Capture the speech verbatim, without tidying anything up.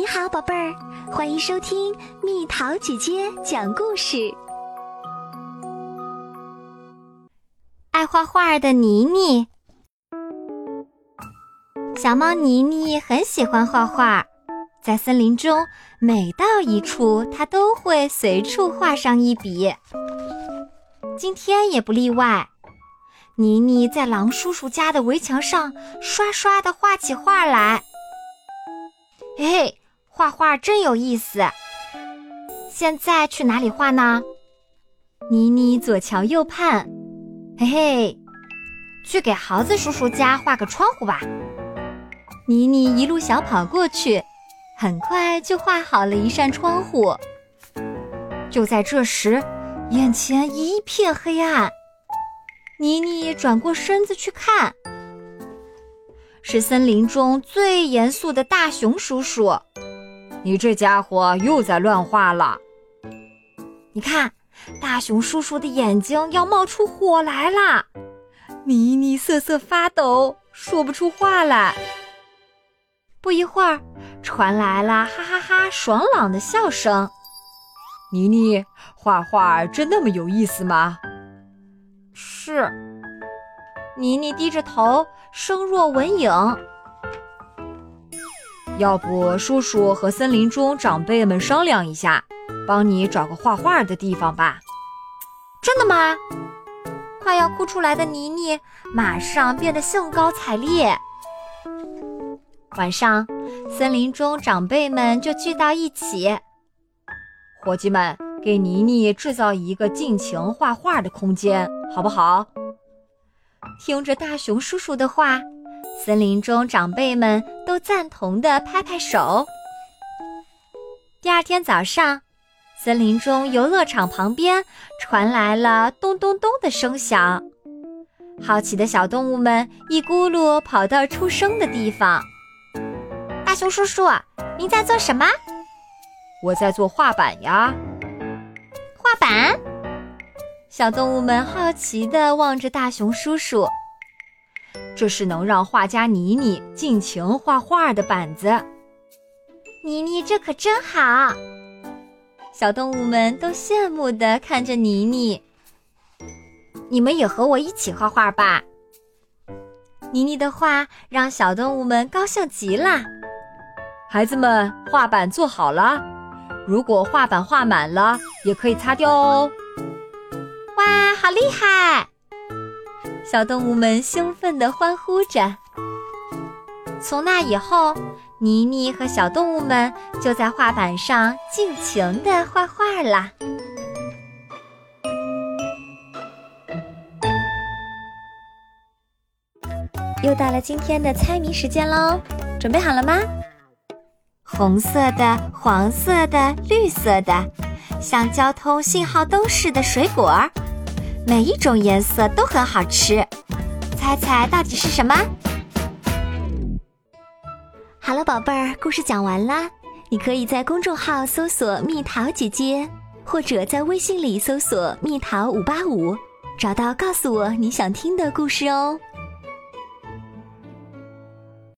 你好，宝贝儿，欢迎收听蜜桃姐姐讲故事。 爱画画的妮妮，小猫妮妮很喜欢画画，在森林中每到一处，她都会随处画上一笔。今天也不例外，妮妮在狼叔叔家的围墙上刷刷地画起画来。嘿嘿，画画真有意思。现在去哪里画呢？妮妮左瞧右盼，嘿嘿，去给豪子叔叔家画个窗户吧。妮妮一路小跑过去，很快就画好了一扇窗户。就在这时，眼前一片黑暗。妮妮转过身子去看，是森林中最严肃的大熊叔叔。 你这家伙又在乱画了。 你看，大熊叔叔的眼睛要冒出火来了。妮妮瑟瑟发抖，说不出话来。不一会儿，传来了哈哈哈爽朗的笑声。 妮妮，画画真那么有意思吗？ 是。妮妮低着头，声若蚊影。 要不叔叔和森林中长辈们商量一下，帮你找个画画的地方吧。 真的吗？快要哭出来的妮妮马上变得兴高采烈。晚上，森林中长辈们就聚到一起。 伙计们，给妮妮制造一个尽情画画的空间，好不好？ 听着大熊叔叔的话，森林中长辈们都赞同地拍拍手。第二天早上，森林中游乐场旁边传来了咚咚咚的声响。好奇的小动物们一咕噜跑到出声的地方。大熊叔叔，您在做什么？ 我在做画板呀。 画板？小动物们好奇地望着大熊叔叔。 这是能让画家妮妮尽情画画的板子。 妮妮，这可真好。小动物们都羡慕地看着妮妮。你们也和我一起画画吧。妮妮的话让小动物们高兴极了。 孩子们，画板做好了，如果画板画满了，也可以擦掉哦。 哇，好厉害！小动物们兴奋地欢呼着。从那以后，妮妮和小动物们就在画板上尽情地画画啦。又到了今天的猜谜时间喽，准备好了吗？红色的、黄色的、绿色的，像交通信号灯似的水果，每一种颜色都很好吃，猜猜到底是什么？ 好了，宝贝儿，故事讲完啦。你可以在公众号搜索蜜桃姐姐，或者在微信里搜索蜜桃五八五，找到告诉我你想听的故事哦。